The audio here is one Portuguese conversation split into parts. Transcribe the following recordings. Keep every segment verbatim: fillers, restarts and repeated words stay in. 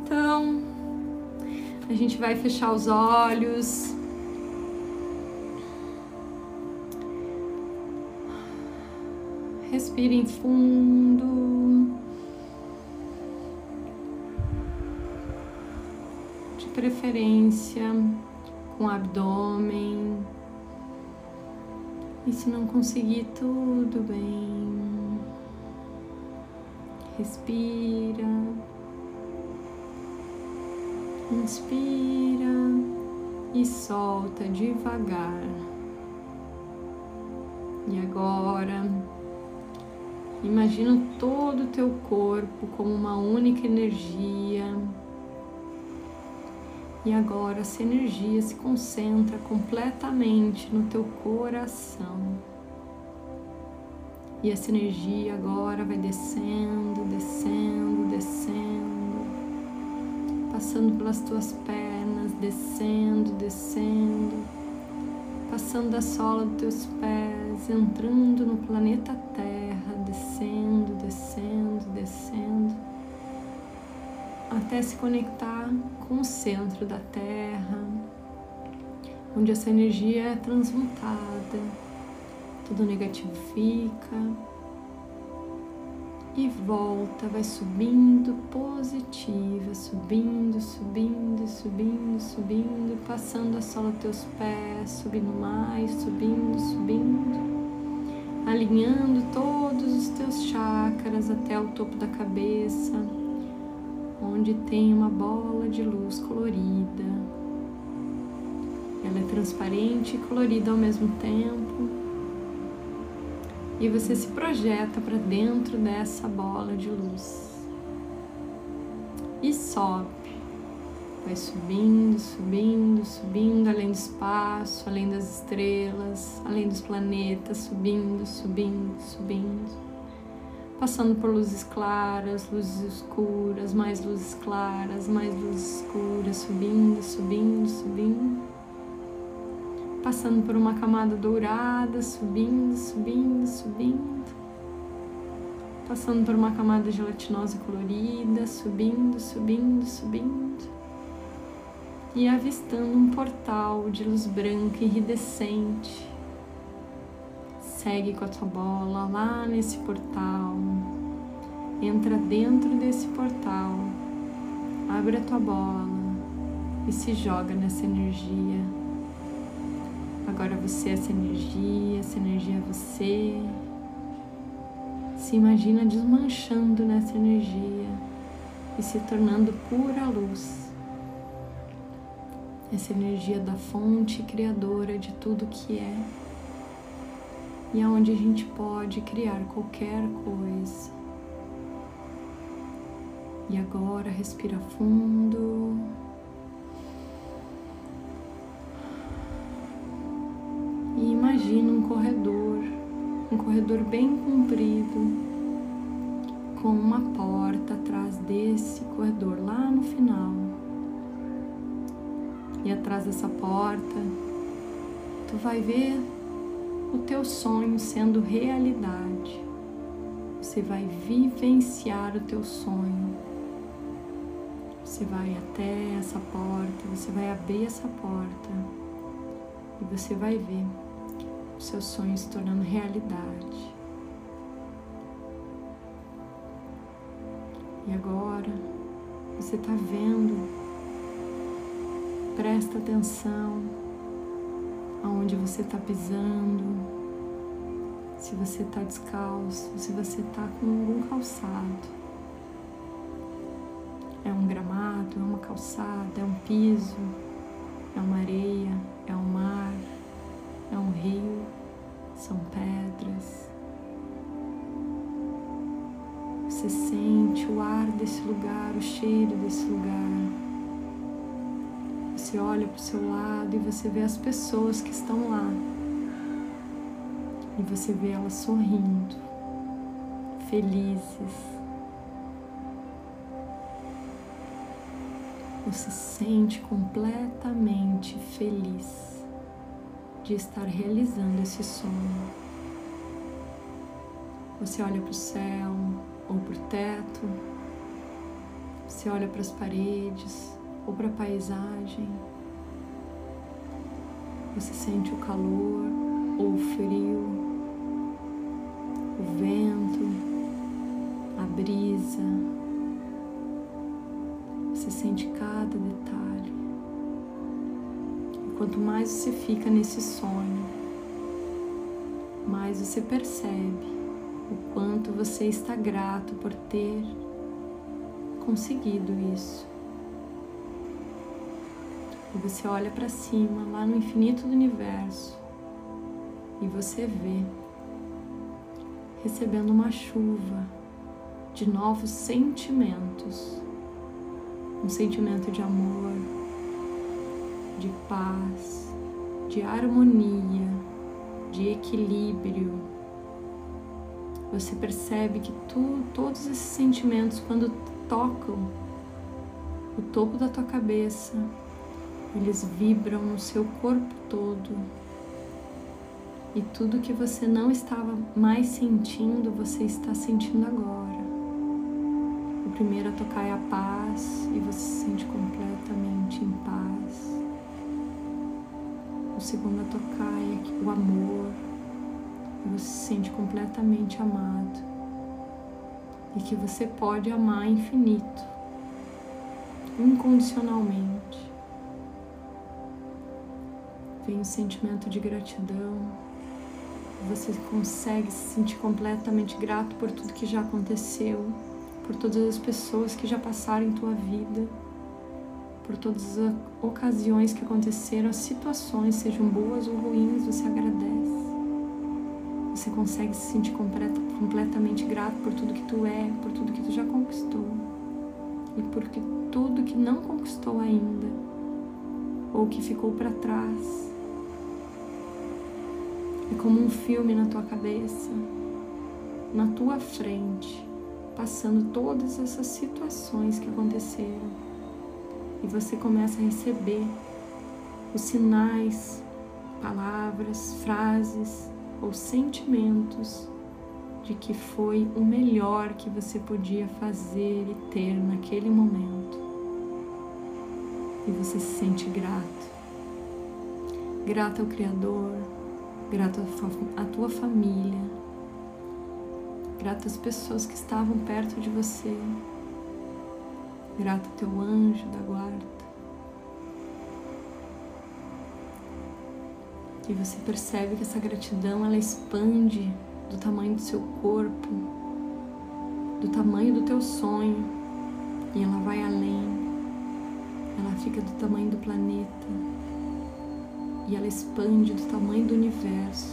Então, a gente vai fechar os olhos. Respirem fundo. De preferência com o abdômen. E se não conseguir, tudo bem. Respira. Inspira e solta devagar. E agora, imagina todo o teu corpo como uma única energia. E agora essa energia se concentra completamente no teu coração. E essa energia agora vai descendo, descendo, descendo, passando pelas tuas pernas, descendo, descendo, passando da sola dos teus pés, entrando no planeta Terra, descendo, descendo, descendo, até se conectar com o centro da Terra, onde essa energia é transmutada, tudo negativo fica e volta, vai subindo positiva, subindo, subindo, subindo, subindo, passando a sola dos teus pés, subindo mais, subindo, subindo, alinhando todos os teus chakras até o topo da cabeça, onde tem uma bola de luz colorida. Ela é transparente e colorida ao mesmo tempo. E você se projeta para dentro dessa bola de luz. E sobe. Vai subindo, subindo, subindo, além do espaço, além das estrelas, além dos planetas, subindo, subindo, subindo. Passando por luzes claras, luzes escuras, mais luzes claras, mais luzes escuras, subindo, subindo, subindo. Passando por uma camada dourada, subindo, subindo, subindo. Passando por uma camada gelatinosa colorida, subindo, subindo, subindo. E avistando um portal de luz branca iridescente. Segue com a tua bola lá nesse portal, entra dentro desse portal, abre a tua bola e se joga nessa energia. Agora você é essa energia, essa energia é você. Se imagina desmanchando nessa energia e se tornando pura luz. Essa energia da fonte criadora de tudo que é. E é onde a gente pode criar qualquer coisa. E agora respira fundo. E imagina um corredor, um corredor bem comprido, com uma porta atrás desse corredor, lá no final. E atrás dessa porta, tu vai ver o teu sonho sendo realidade. Você vai vivenciar o teu sonho. Você vai até essa porta, você vai abrir essa porta e você vai ver o seu sonho se tornando realidade. E agora você está vendo, presta atenção aonde você está pisando, se você está descalço, se você está com algum calçado. É um gramado, é uma calçada, é um piso, é uma areia, é um mar, é um rio, são pedras. Você sente o ar desse lugar, o cheiro desse lugar. Você olha para o seu lado e você vê as pessoas que estão lá. E você vê elas sorrindo, felizes. Você se sente completamente feliz de estar realizando esse sonho. Você olha para o céu ou para o teto Você olha para as paredes ou para a paisagem. Você sente o calor ou o frio, o vento, a brisa. Você sente cada detalhe. E quanto mais você fica nesse sonho, mais você percebe o quanto você está grato por ter conseguido isso. E você olha para cima, lá no infinito do universo, e você vê recebendo uma chuva de novos sentimentos. Um sentimento de amor, de paz, de harmonia, de equilíbrio. Você percebe que tu, todos esses sentimentos, quando tocam o topo da tua cabeça, eles vibram no seu corpo todo. E tudo que você não estava mais sentindo, você está sentindo agora. O primeiro a tocar é a paz, e você se sente completamente em paz. O segundo a tocar é o amor, e você se sente completamente amado. E que você pode amar infinito, incondicionalmente. Vem o sentimento de gratidão. Você consegue se sentir completamente grato por tudo que já aconteceu, por todas as pessoas que já passaram em tua vida, por todas as ocasiões que aconteceram, as situações, sejam boas ou ruins, você agradece. Você consegue se sentir completa, completamente grato por tudo que tu é, por tudo que tu já conquistou e por que, tudo que não conquistou ainda ou que ficou para trás. É como um filme na tua cabeça, na tua frente, passando todas essas situações que aconteceram. E você começa a receber os sinais, palavras, frases ou sentimentos de que foi o melhor que você podia fazer e ter naquele momento. E você se sente grato. Grato ao Criador, grato à tua família, grato às pessoas que estavam perto de você, grato ao teu anjo da guarda. E você percebe que essa gratidão, ela expande do tamanho do seu corpo, do tamanho do teu sonho, e ela vai além. Ela fica do tamanho do planeta, e ela expande do tamanho do universo.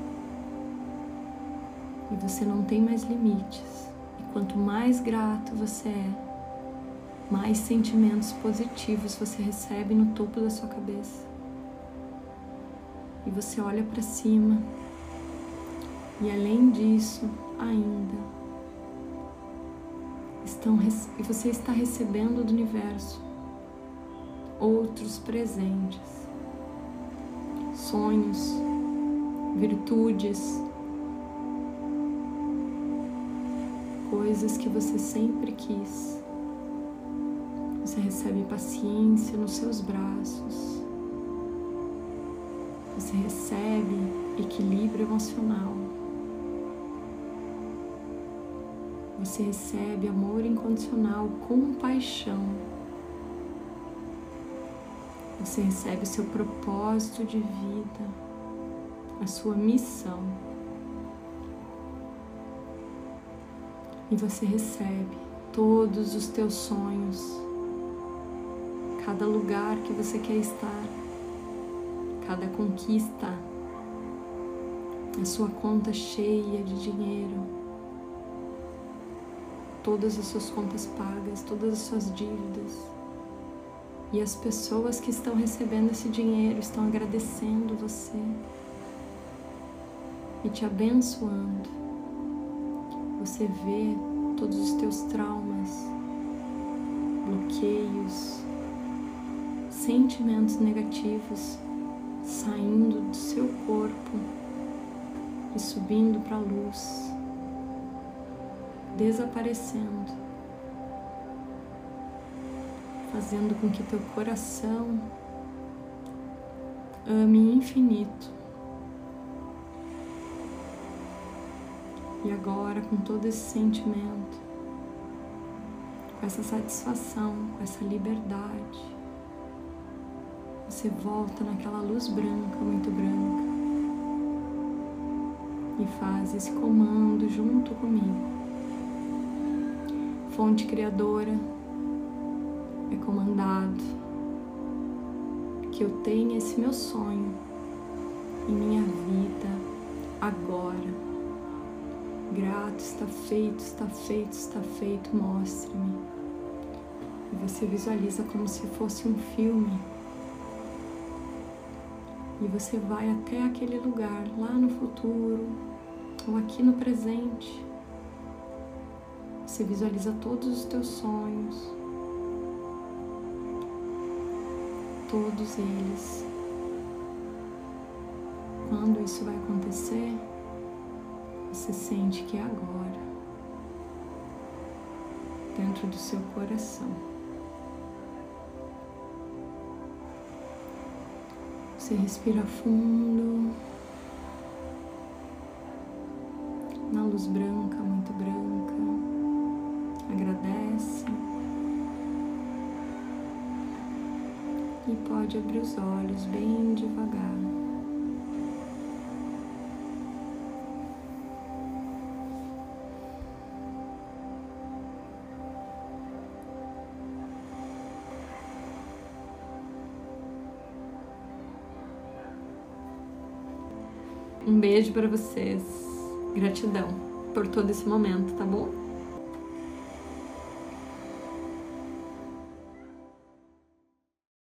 E você não tem mais limites. E quanto mais grato você é, mais sentimentos positivos você recebe no topo da sua cabeça. E você olha para cima, e além disso, ainda, estão, e você está recebendo do universo outros presentes, sonhos, virtudes, coisas que você sempre quis. Você recebe paciência nos seus braços. Você recebe equilíbrio emocional. Você recebe amor incondicional, compaixão. Você recebe o seu propósito de vida, a sua missão. E você recebe todos os teus sonhos, cada lugar que você quer estar, cada conquista, a sua conta cheia de dinheiro, todas as suas contas pagas, todas as suas dívidas. E as pessoas que estão recebendo esse dinheiro estão agradecendo você e te abençoando. Você vê todos os teus traumas, bloqueios, sentimentos negativos saindo do seu corpo e subindo para a luz, desaparecendo. fazendo com que teu coração ame infinito. E agora, com todo esse sentimento, com essa satisfação, com essa liberdade, você volta naquela luz branca, muito branca, e faz esse comando junto comigo. Fonte Criadora, é comandado que eu tenha esse meu sonho em minha vida agora. Grato, está feito, está feito, está feito, mostre-me. E você visualiza como se fosse um filme. E você vai até aquele lugar, lá no futuro, ou aqui no presente. Você visualiza todos os teus sonhos, todos eles. Quando isso vai acontecer, você sente que é agora, dentro do seu coração. Você respira fundo, na luz branca, muito branca, agradece e pode abrir os olhos bem devagar. Um beijo para vocês. Gratidão por todo esse momento, tá bom?